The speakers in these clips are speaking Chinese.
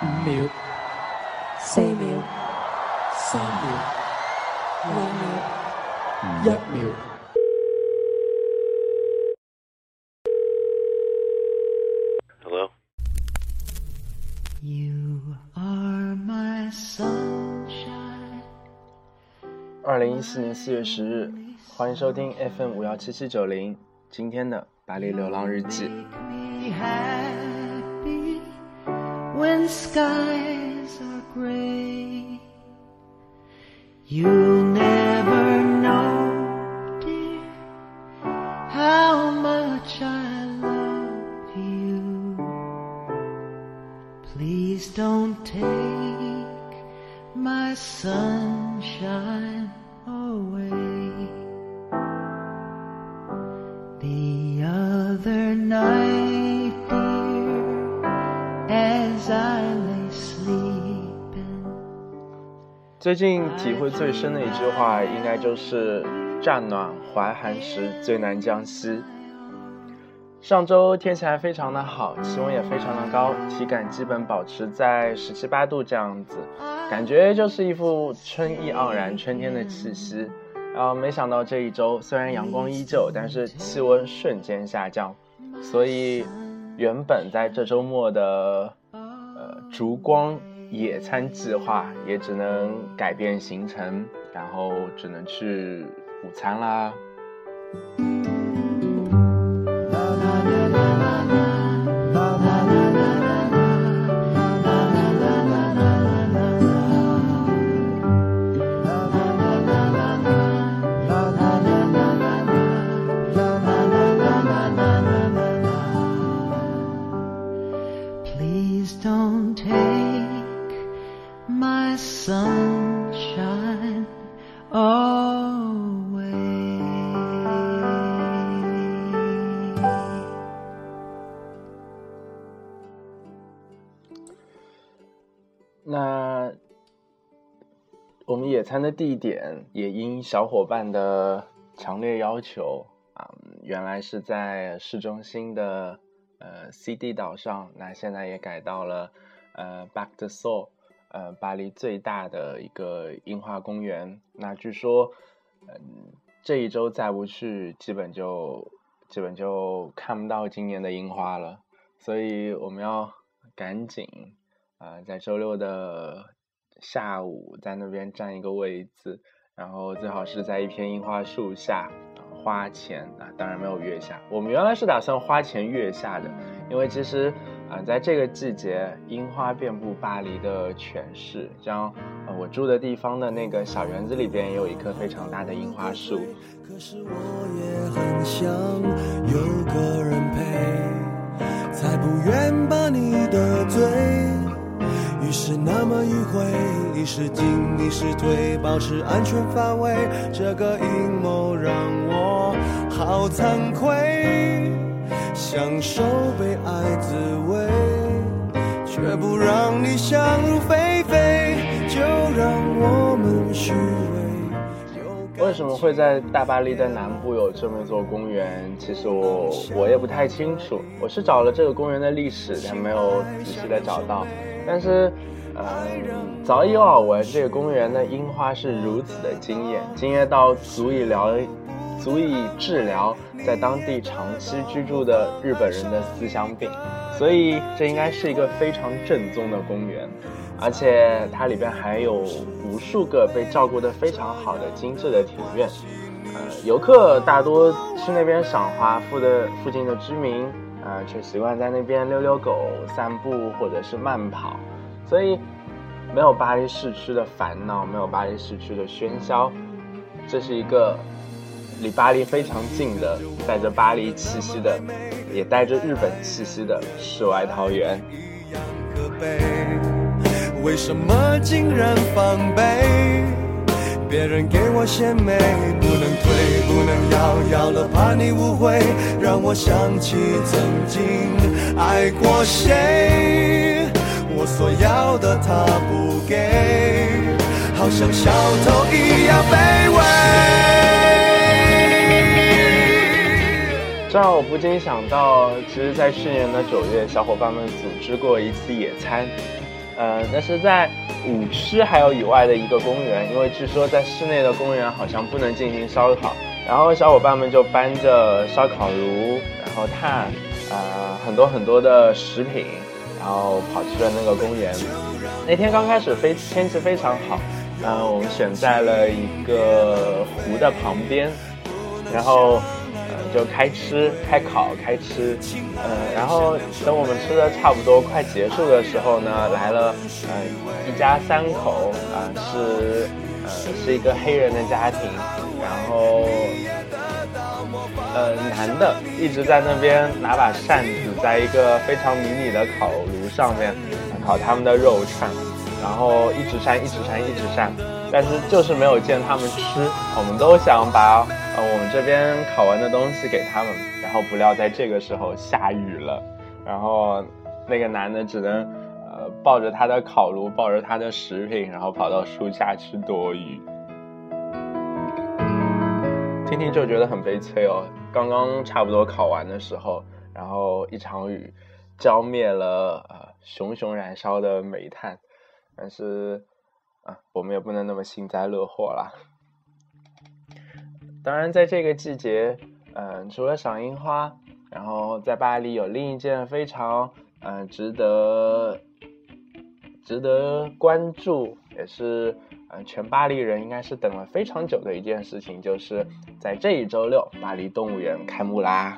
5秒、4秒、3秒、2秒、1秒。 Hello. You are my sunshine. 2014年4月10日，欢迎收听 FM 517790今天的巴黎流浪日记。 Make me happy when skies are gray. You'll never know, dear, how much I love you. Please don't take my sunshine away. The other night, dear, as I lay sleeping. 最近体会最深的一句话，应该就是战暖怀寒时最难将息。上周天气还非常的好，气温也非常的高，体感基本保持在17、18度这样子，感觉就是一副春意盎然春天的气息。没想到这一周虽然阳光依旧，但是气温瞬间下降，所以原本在这周末的烛光野餐计划也只能改变行程，然后只能去午餐啦。 Please don't take my sunshine away. 那我们野餐的地点也因小伙伴的强烈要求原来是在市中心的CD 岛上，那现在也改到了Bac de Sceaux，巴黎最大的一个樱花公园。那据说这一周再不去，基本就看不到今年的樱花了，所以我们要赶紧在周六的下午在那边占一个位置，然后最好是在一片樱花树下花前当然没有月下。我们原来是打算花前月下的，因为其实在这个季节樱花遍布巴黎的全市，像我住的地方的那个小园子里边也有一棵非常大的樱花树。 可是我也很想有个人陪，才不愿把你得罪，于是那么迂回，一时进一时退，保持安全范围，这个阴谋让我好惭愧，享受被爱滋味，却不让你想入非非，就让我们虚伪。 为什么会在大巴黎的南部有这么一座公园？其实我也不太清楚，我是找了这个公园的历史，但没有仔细的找到。但是早已有耳闻，这个公园的樱花是如此的惊艳到足以治疗在当地长期居住的日本人的思乡病，所以这应该是一个非常正宗的公园，而且它里边还有无数个被照顾得非常好的精致的庭院。游客大多去那边赏花，附近的居民却习惯在那边遛遛狗、散步或者是慢跑，所以没有巴黎市区的烦恼，没有巴黎市区的喧嚣，这是一个离巴黎非常近的，带着巴黎气息的，也带着日本气息的世外桃源。 为什么竟然防备？别人给我献媚，不能退，不能要了怕你误会，让我想起曾经爱过谁，我所要的他不给，好像小偷一样卑微。 这让我不禁想到，其实在去年的9月，小伙伴们组织过一次野餐， 那是在舞区还有以外的一个公园，因为据说在室内的公园好像不能进行烧烤，然后小伙伴们就搬着烧烤炉，然后炭，很多很多的食品，然后跑去了那个公园。那天刚开始天气非常好，我们选在了一个湖的旁边，然后就开吃然后等我们吃的差不多快结束的时候呢，来了一家三口，是一个黑人的家庭，然后男的一直在那边拿把扇子，在一个非常迷你的烤炉上面烤他们的肉串，然后一直扇，但是就是没有见他们吃。我们都想把我们这边烤完的东西给他们，然后不料在这个时候下雨了，然后那个男的只能抱着他的烤炉，抱着他的食品，然后跑到树下去躲雨。听听就觉得很悲催哦。刚刚差不多烤完的时候，然后一场雨浇灭了熊熊燃烧的煤炭，但是我们也不能那么幸灾乐祸啦。当然在这个季节除了赏樱花，然后在巴黎有另一件非常值得关注，也是全巴黎人应该是等了非常久的一件事情，就是在这一周六巴黎动物园开幕啦。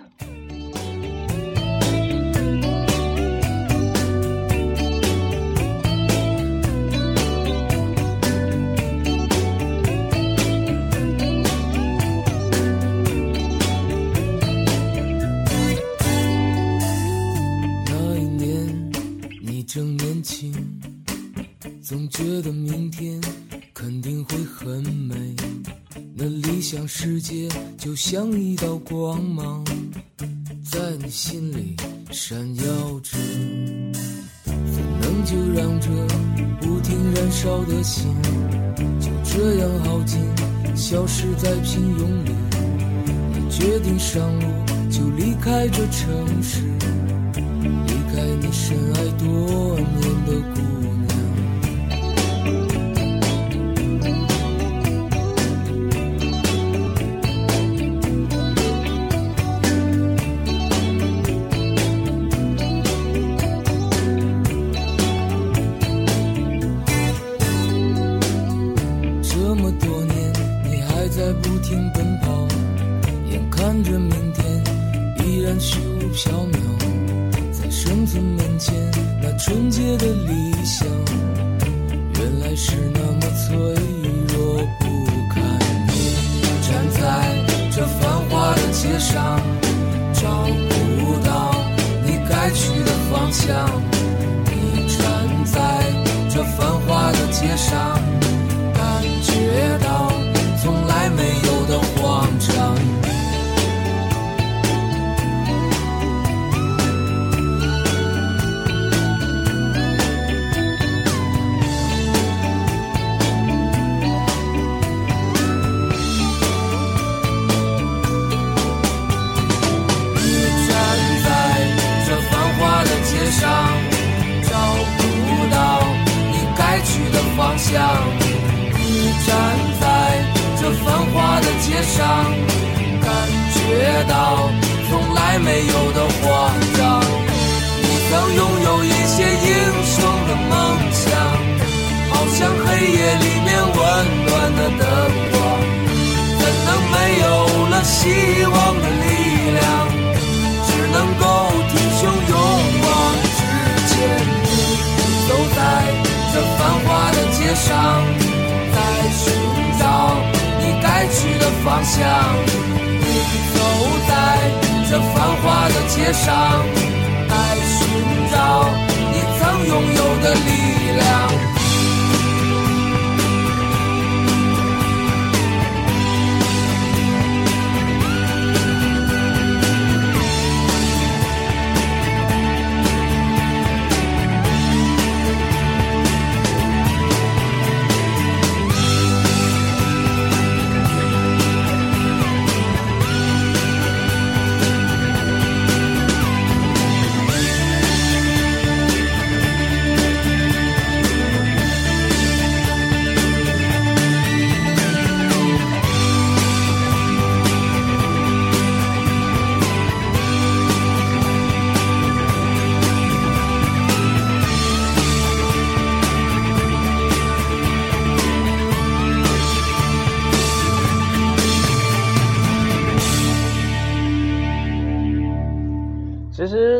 那一年你正年轻，总觉得明天肯定会很美，那理想世界就像一道光芒，在你心里闪耀着，怎能就让这不停燃烧的心就这样耗尽，消失在平庸里。你决定上路，就离开这城市，离开你深爱多年的姑娘。这么多年你还在不停奔跑，眼看着明天依然虚无缥缈，在生存面前那纯洁的理想原来是那么脆弱不堪。你站在这繁华的街上，找不到你该去的方向，你站在这繁华的街上，感觉到从来没有的慌张。你站在这繁华的街上，感觉到从来没有的慌张。你曾拥有一些英雄的梦想，好像黑夜里面温暖的灯光，怎能没有了希望的力量，只能够挺胸勇往直前。你走在这繁华的街上，在寻找你该去的方向。你走在这繁华的街上，在寻找你曾拥有的力量。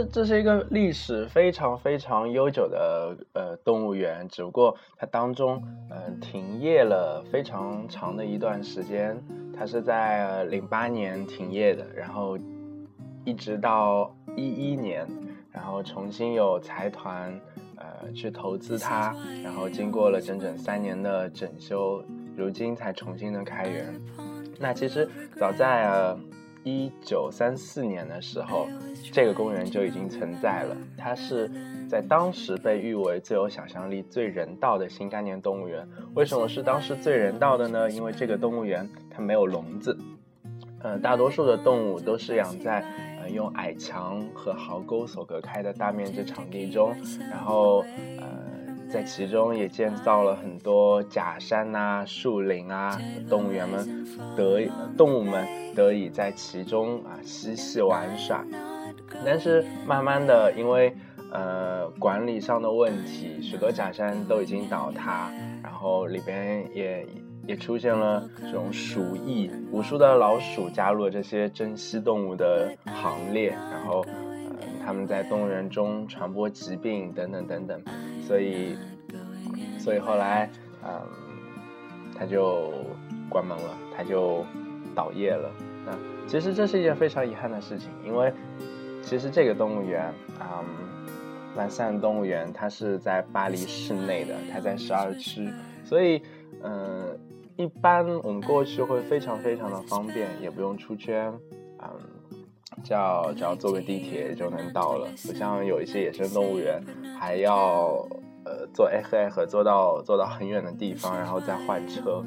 这是一个历史非常非常悠久的动物园，只不过它当中停业了非常长的一段时间，它是在08年停业的，然后一直到11年，然后重新有财团去投资它，然后经过了整整3年的整修，如今才重新的开园。那其实早在1934年的时候，这个公园就已经存在了。它是在当时被誉为最有想象力、最人道的新概念动物园。为什么是当时最人道的呢？因为这个动物园它没有笼子，大多数的动物都是养在用矮墙和壕沟所隔开的大面积场地中，然后在其中也建造了很多假山啊、树林啊，动物们得以在其中嬉戏玩耍。但是慢慢的，因为管理上的问题，许多假山都已经倒塌，然后里边也出现了这种鼠疫，无数的老鼠加入了这些珍稀动物的行列，然后他们在动物园中传播疾病等等等等，所以后来它就关门了，它就倒业了。那其实这是一件非常遗憾的事情，因为其实这个动物园万茜动物园它是在巴黎市内的，它在12区，所以一般我们过去会非常非常的方便，也不用出圈，只要坐个地铁就能到了，不像有一些野生动物园还要坐 A 和坐到很远的地方，然后再换车。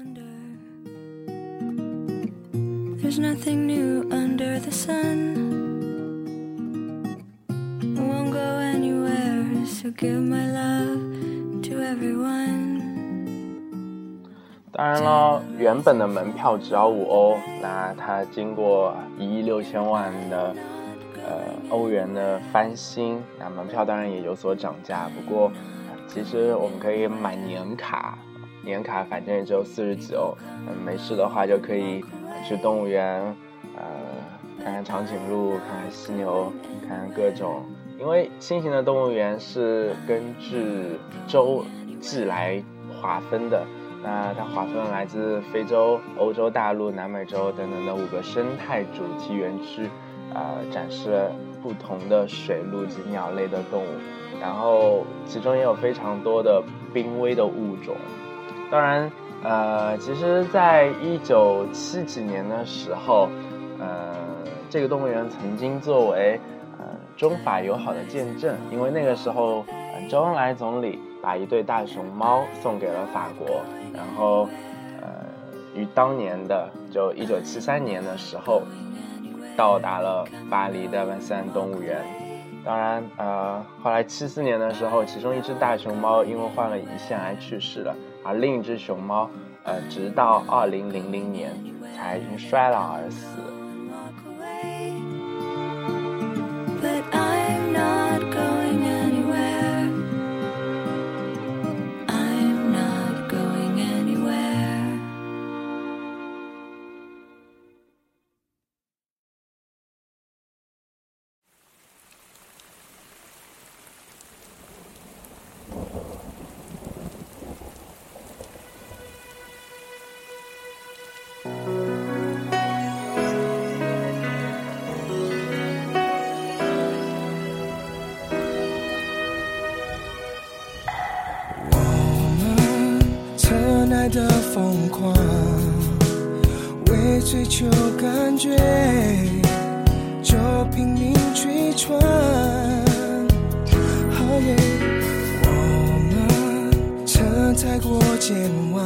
There's nothing new under the sun. I won't go anywhere, so give my love to everyone. 当然了，原本的门票只要5欧，那它经过1亿6千万的欧元的翻新，那门票当然也有所涨价。不过其实我们可以买年卡，反正也只有40几欧，没事的话就可以去动物园，看看长颈鹿，看看犀牛，看看各种。因为新型的动物园是根据洲际来划分的，那它划分来自非洲、欧洲大陆、南美洲等等的5个生态主题园区，展示不同的水陆及鸟类的动物，然后其中也有非常多的濒危的物种。当然其实在1970几年的时候，这个动物园曾经作为中法友好的见证，因为那个时候周恩来总理把一对大熊猫送给了法国，然后于当年的就1973年的时候到达了巴黎的万茜动物园。当然后来74年的时候，其中一只大熊猫因为患了胰腺癌去世了，而另一只熊猫直到2000年才因衰老而死。 But I'm not going anywhere. I'm not going anywhere. 爱的疯狂，为追求感觉就拼命去闯。我们曾太过健忘，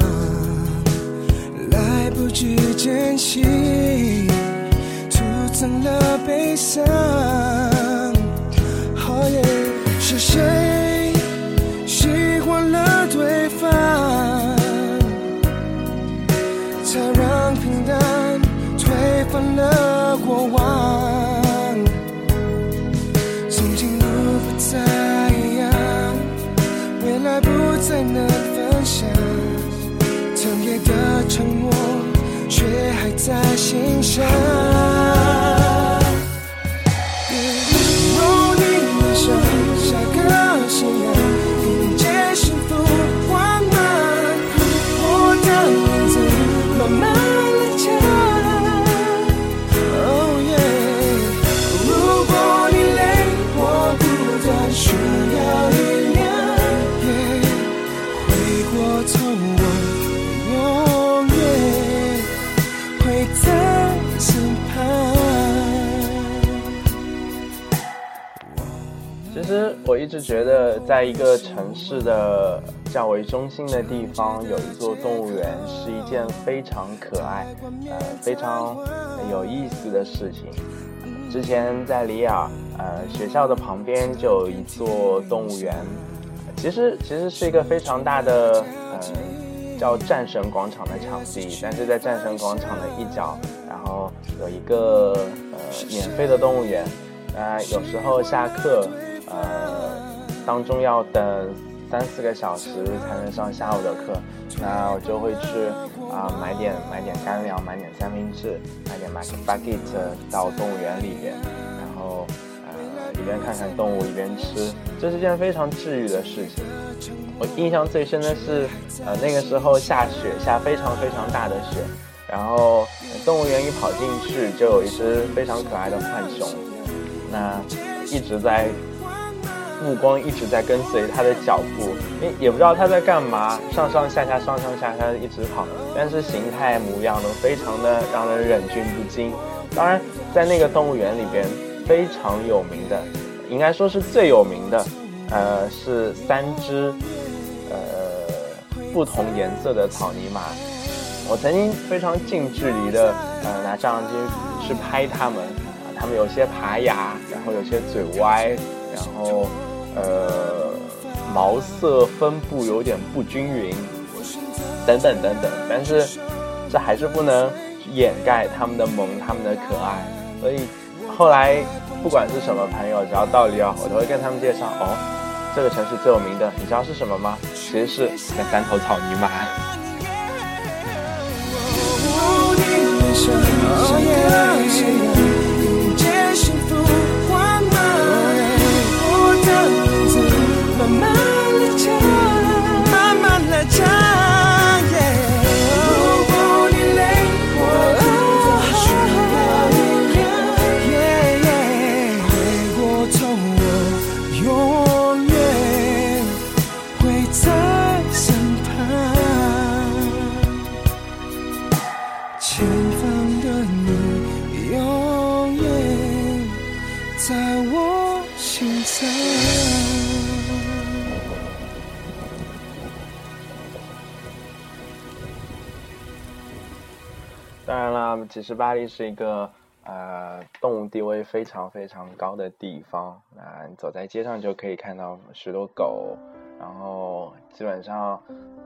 来不及珍惜，徒增了悲伤。是谁喜欢了对方，才让平淡推翻了过往。从今路不再一样，未来不再能分享，曾给的承诺却还在心上。 一直觉得在一个城市的较为中心的地方有一座动物园是一件非常可爱非常有意思的事情。之前在里尔学校的旁边就有一座动物园，其实是一个非常大的叫战神广场的场地，但是在战神广场的一角，然后有一个免费的动物园。有时候下课当中要等3-4个小时才能上下午的课，那我就会去买点干粮，买点三明治，买点 baguette 到动物园里边，然后一边看看动物一边吃，这是件非常治愈的事情。我印象最深的是那个时候下雪，下非常非常大的雪，然后动物园一跑进去就有一只非常可爱的浣熊，那目光一直在跟随他的脚步，也不知道他在干嘛，上上下下一直跑，但是形态模样都非常的让人忍俊不禁。当然在那个动物园里边非常有名的，应该说是最有名的是3只不同颜色的草泥马。我曾经非常近距离的拿照相机去拍它们，它们有些爬牙，然后有些嘴歪，然后毛色分布有点不均匀，等等，但是这还是不能掩盖它们的萌，它们的可爱。所以后来不管是什么朋友，只要到里尔，我都会跟他们介绍这个城市最有名的，你知道是什么吗？其实是那3头草泥马。当然了，其实巴黎是一个动物地位非常非常高的地方。你走在街上就可以看到许多狗，然后基本上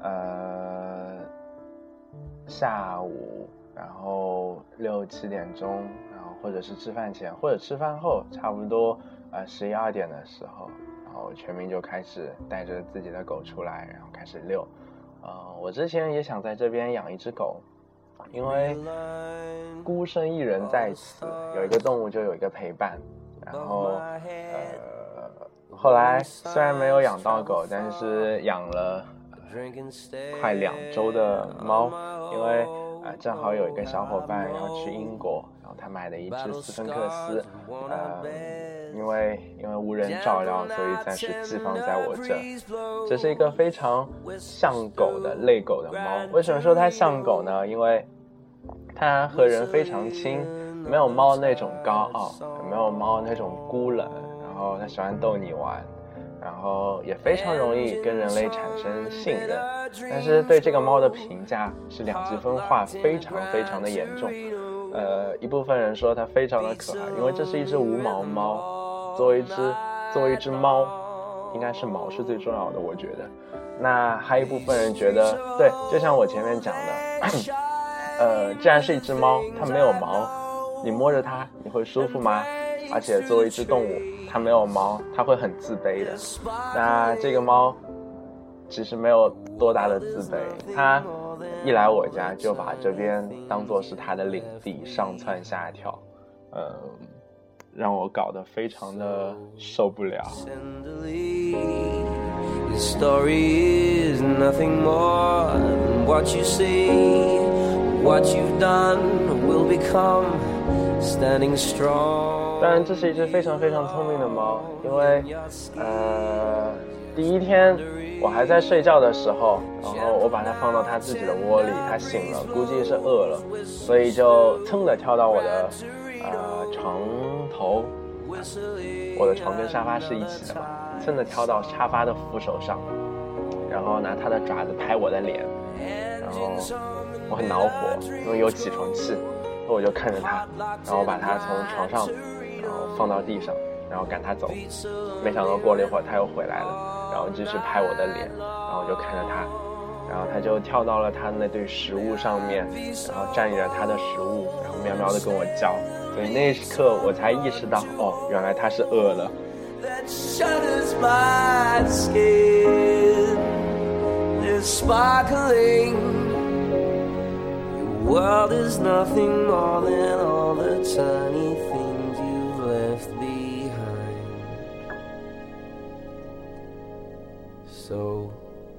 下午，然后6-7点钟，然后或者是吃饭前或者吃饭后，差不多11-12点的时候，然后全民就开始带着自己的狗出来，然后开始遛。我之前也想在这边养一只狗，因为孤身一人在此，有一个动物就有一个陪伴。然后后来虽然没有养到狗，但是养了快2周的猫，因为正好有一个小伙伴要去英国，然后他买了一只斯芬克斯，因为无人照料，所以暂时寄放在我这。这是一个非常像狗的类狗的猫。为什么说它像狗呢？因为它和人非常亲，没有猫那种高傲，没有猫那种孤冷，然后它喜欢逗你玩，然后也非常容易跟人类产生信任。但是对这个猫的评价是2极分化非常非常的严重。一部分人说它非常的可爱，因为这是一只无毛猫。作为一只猫，应该是毛是最重要的，我觉得。那还有一部分人觉得，对，就像我前面讲的，既然是一只猫，它没有毛，你摸着它，你会舒服吗？而且作为一只动物，它没有毛，它会很自卑的。那这个猫其实没有多大的自卑，它一来我家就把这边当作是它的领地，上蹿下跳，让我搞得非常的受不了。当然这是一只非常非常聪明的猫，因为第一天我还在睡觉的时候，然后我把它放到它自己的窝里，它醒了，估计是饿了，所以就噌的跳到我的床头。我的床跟沙发是一起的嘛， 蹭的跳到沙发的扶手上，然后拿它的爪子拍我的脸，然后我很恼火，因为有起床气，所以我就看着它，然后把它从床上然后放到地上，然后赶它走。没想到过了一会儿它又回来了，然后继续拍我的脸，然后我就看着它，然后它就跳到了它那堆食物上面，然后占领了它的食物，然后喵喵的跟我叫。所以那一刻我才意识到，哦，原来它是饿了。 That shudders my skin is sparkling. Your world is nothing more than all the tiny things you've left behind. So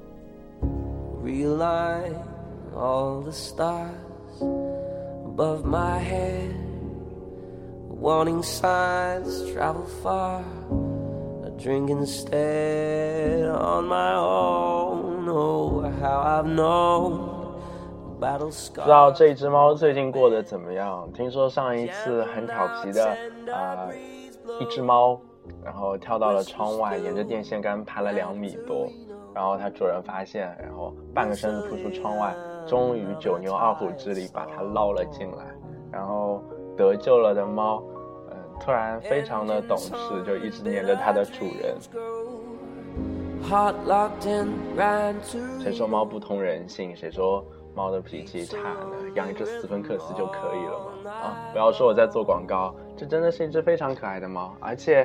realign all the stars above my head. Warning signs travel far.A drink instead on my own. Oh, how I've known battle scars. 不知道这只猫最近过得怎么样？听说上一次很调皮的一只猫，然后跳到了窗外，沿着电线杆爬了2米多，然后它主人发现，然后半个身子扑出窗外，终于9牛2虎之力把它捞了进来。然后得救了的猫突然非常的懂事，就一直黏着它的主人。谁说猫不通人性？谁说猫的脾气差呢？养一只斯芬克斯就可以了嘛！不要说我在做广告，这真的是一只非常可爱的猫，而且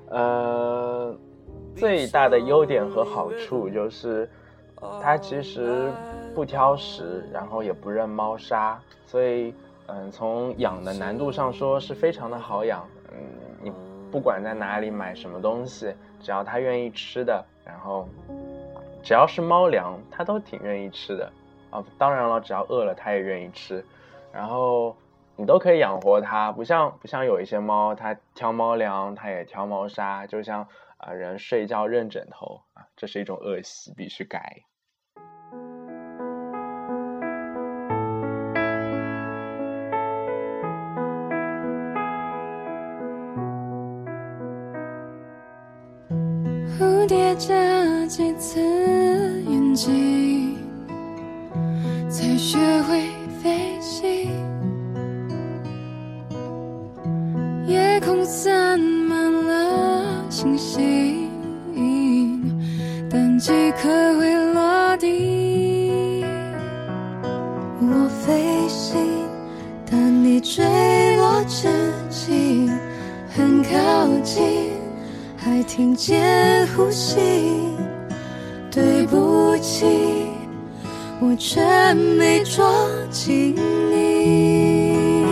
最大的优点和好处就是它其实不挑食，然后也不认猫砂，所以从养的难度上说是非常的好养。你不管在哪里买什么东西，只要它愿意吃的，然后只要是猫粮它都挺愿意吃的当然了，只要饿了它也愿意吃，然后你都可以养活它。不像有一些猫，它挑猫粮它也挑猫砂，就像人睡觉认枕头这是一种恶习，必须改。 蝴蝶眨几次眼睛，才学会飞行。夜空散满了星星，但几颗会落地。我飞行，但你坠落之际很靠近，还听见呼吸。对不起，我真没捉紧你。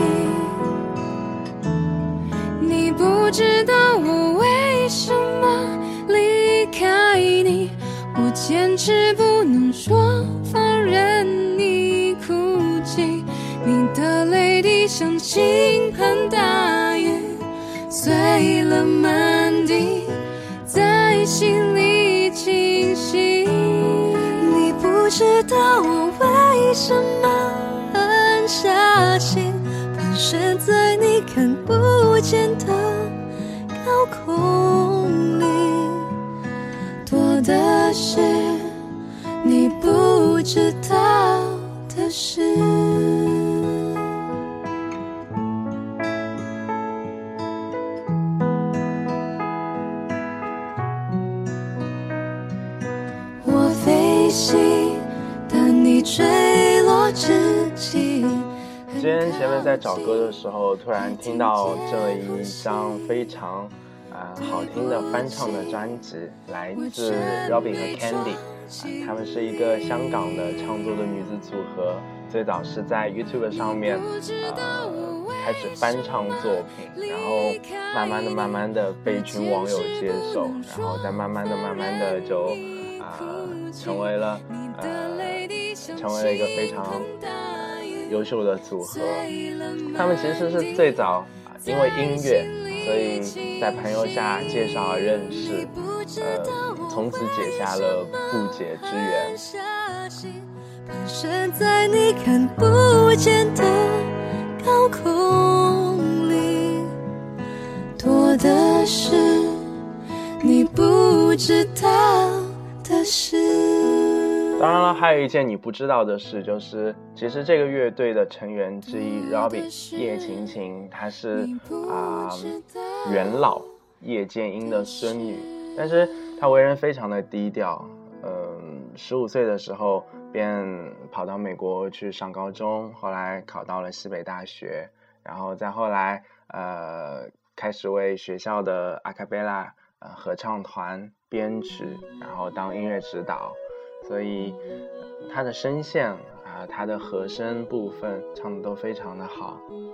你不知道我为什么离开你，我坚持不能说放任你哭泣。你的泪滴像倾盆大雨，碎了满地，在心里清晰。你不知道我为什么狠下心，盘旋在你看不见的高空里，多的是你不知道的事。我飞行，但你坠落之际。 今天前面在找歌的时候，突然听到这一张非常好听的翻唱的专辑，来自 Robin 和 Candy，他们是一个香港的唱作的女子组合，最早是在 YouTube 上面开始翻唱作品，然后慢慢的被一群网友接受，然后再慢慢的就成为了一个非常优秀的组合。他们其实是最早因为音乐，所以在朋友下介绍而认识，从此结下了不解之缘。 身在你看不见的高空里，多的是你不知道的事。 当然了，还有一件你不知道的事，就是其实这个乐队的成员之一 Robin 叶晴晴，她是元老叶剑英的孙女，但是她为人非常的低调。15岁的时候便跑到美国去上高中，后来考到了西北大学，然后再后来开始为学校的阿卡贝拉合唱团编曲，然后当音乐指导，所以他的声线他的和声部分唱的都非常的好。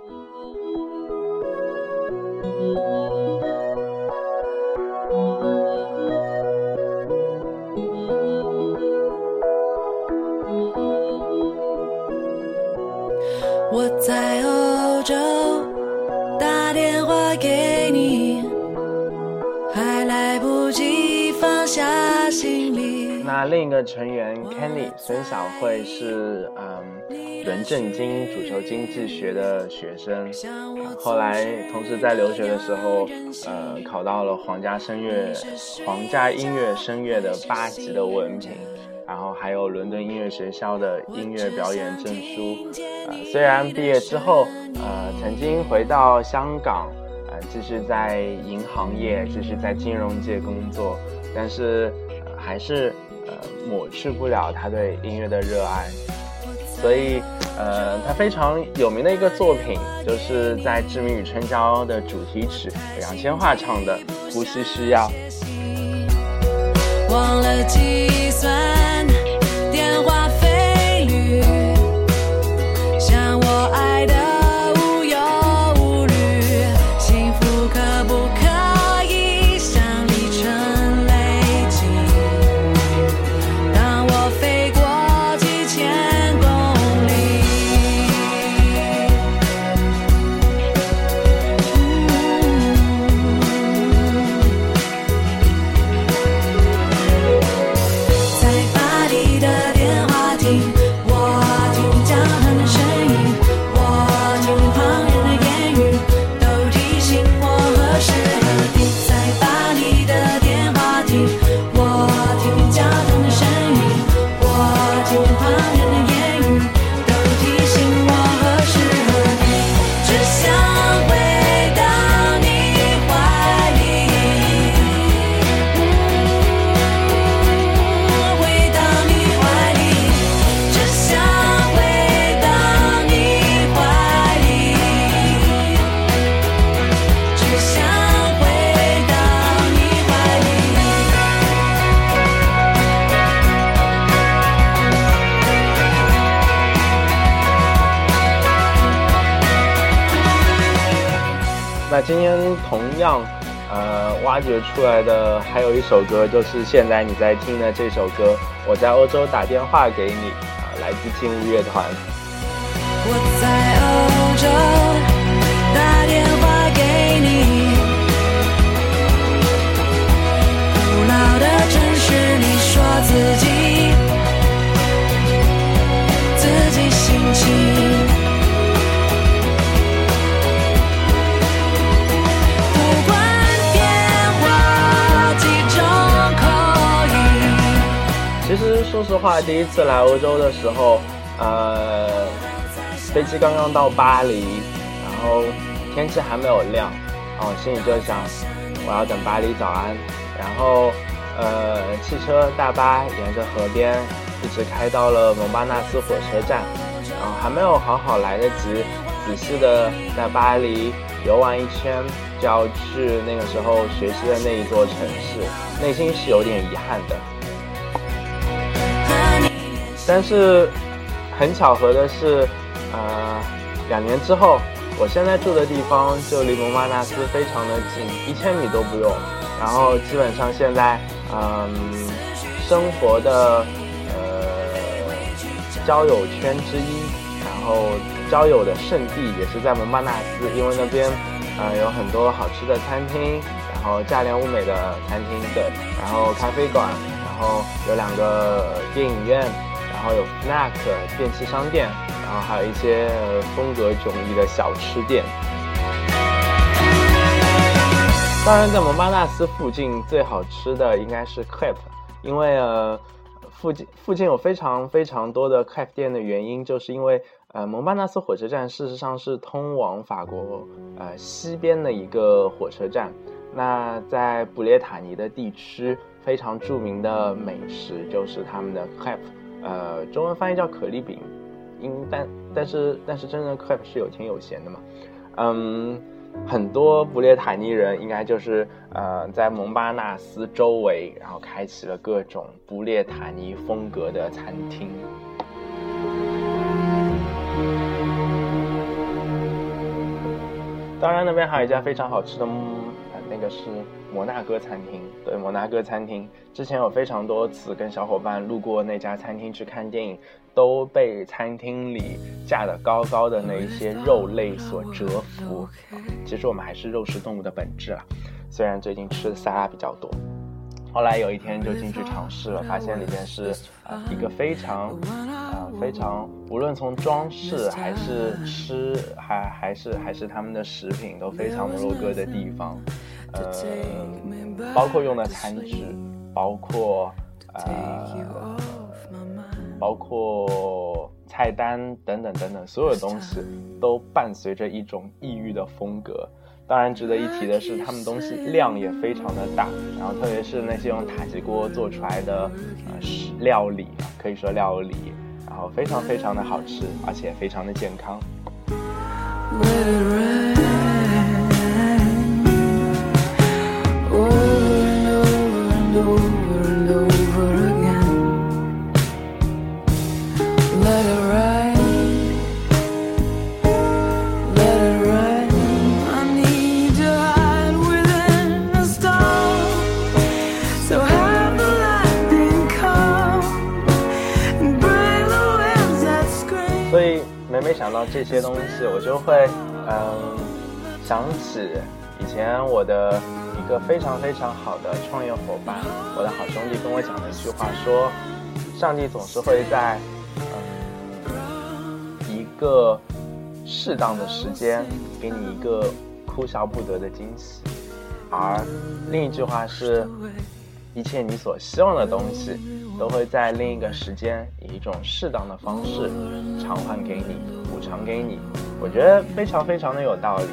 我在欧洲打电话给你，还来不及放下行李。 那另一个成员 Kenny 孙晓慧是轮正京主修经济学的学生，后来同时在留学的时候考到了皇家音乐声乐的8级的文凭，然后还有伦敦音乐学校的音乐表演证书。虽然毕业之后曾经回到香港继续在银行业继续在金融界工作，但是还是抹去不了他对音乐的热爱。所以他非常有名的一个作品就是在《志明与春娇》的主题曲杨千嬅唱的《呼吸需要》。 忘了计算电话费率，像我爱的无忧无虑，幸福可不可以像里程累积，当我飞过几千公里。在巴黎的电话亭，我听交谈的声音，我听旁人的言语，都提醒我何时何地。在巴黎的电话亭，我听交谈的声音，我听旁人的言语，都提醒我何时何地。只想回到你怀里，回到你怀里，只想回到你怀里，只想回到你怀里。 那今天同样挖掘出来的还有一首歌，就是现在你在听的这首歌《我在欧洲打电话给你》来自劲舞乐团。 我在欧洲打电话给你，古老的城市里说自己心情，不管变化几种口音。 其实说实话，第一次来欧洲的时候飞机刚刚到巴黎，然后天气还没有亮，然后心里就想我要等巴黎早安，然后汽车大巴沿着河边一直开到了蒙巴纳斯火车站，然后还没有好好来得及仔细的在巴黎游玩一圈，就要去那个时候学习的那一座城市，内心是有点遗憾的。但是很巧合的是2年之后，我现在住的地方就离蒙巴纳斯非常的近，1000米都不用，然后基本上现在生活的交友圈之一，然后交友的圣地也是在蒙巴纳斯，因为那边有很多好吃的餐厅，然后价廉物美的餐厅，对，然后咖啡馆，然后有2个电影院，然后有 Fnac 电器商店，然后还有一些风格迥异的小吃店。 当然，在蒙巴纳斯附近最好吃的应该是 crepe， 因为附近有非常非常多的 crepe 店的原因，就是因为蒙巴纳斯火车站事实上是通往法国西边的一个火车站。那在布列塔尼的地区，非常著名的美食就是他们的 crepe， 中文翻译叫可丽饼，但是真正的 crepe 是有甜有咸的嘛，很多布列塔尼人应该就是在蒙巴纳斯周围，然后开启了各种布列塔尼风格的餐厅。当然那边还有一家非常好吃的那个是摩纳哥餐厅。对，摩纳哥餐厅之前有非常多次跟小伙伴路过那家餐厅去看电影，都被餐厅里架得高高的那一些肉类所折服。其实我们还是肉食动物的本质啦，虽然最近吃的沙拉比较多。后来有一天就进去尝试了，发现里面是一个非常无论从装饰还是吃还是他们的食品都非常摩洛哥的地方，包括用的餐具，包括菜单等等，所有东西都伴随着一种异域的风格。当然值得一提的是，他们东西量也非常的大，然后特别是那些用塔吉锅做出来的料理，可以说料理，然后非常非常的好吃，而且非常的健康。所以每想到这些东西，我就会想起以前我的一个非常非常好的创业伙伴，我的好兄弟跟我讲的一句话，说上帝总是会在一个适当的时间给你一个哭笑不得的惊喜，而另一句话是一切你所希望的东西都会在另一个时间以一种适当的方式偿还给你，补偿给你。我觉得非常非常的有道理。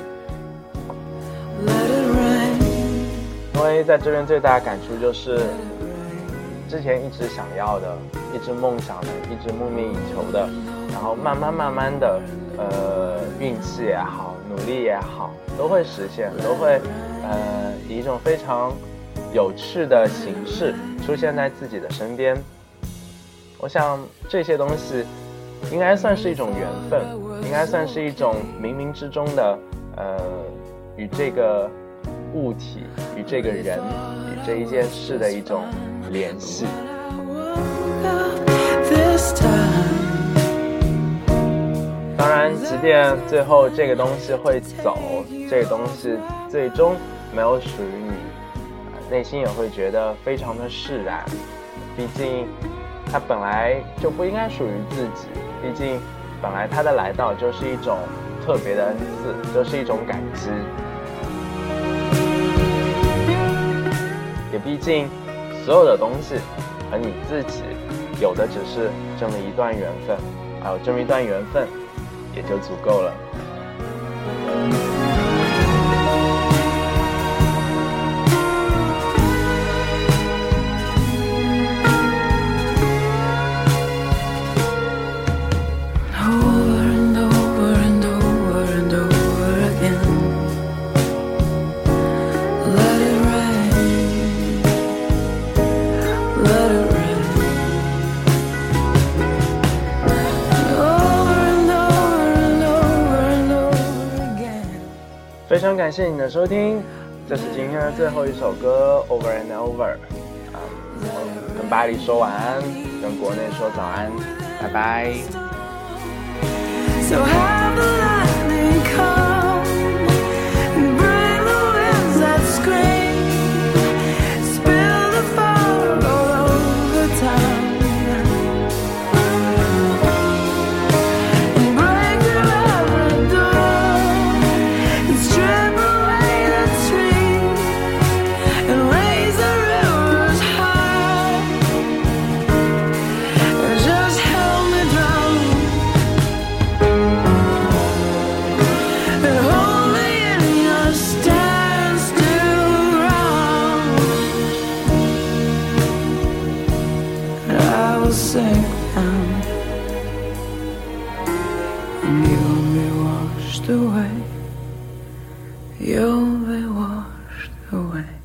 因为在这边最大的感触就是之前一直想要的，一直梦想的，一直梦寐以求的，然后慢慢的运气也好，努力也好，都会实现，都会以一种非常有趣的形式出现在自己的身边。我想这些东西应该算是一种缘分，应该算是一种冥冥之中的与这个物体，与这个人，与这一件事的一种联系。当然即便最后这个东西会走，这个东西最终没有属于你，内心也会觉得非常的释然，毕竟它本来就不应该属于自己，毕竟本来它的来到就是一种特别的恩赐，就是一种感激，也毕竟所有的东西和你自己有的只是这么一段缘分，还有这么一段缘分也就足够了。非常感谢你的收听，这是今天的最后一首歌 Over and Over。跟巴黎说晚安，跟国内说早安，拜拜。So have the lightning come and bring the winds that scream, spill the fog all over town. sink down, and you'll be washed away. You'll be washed away.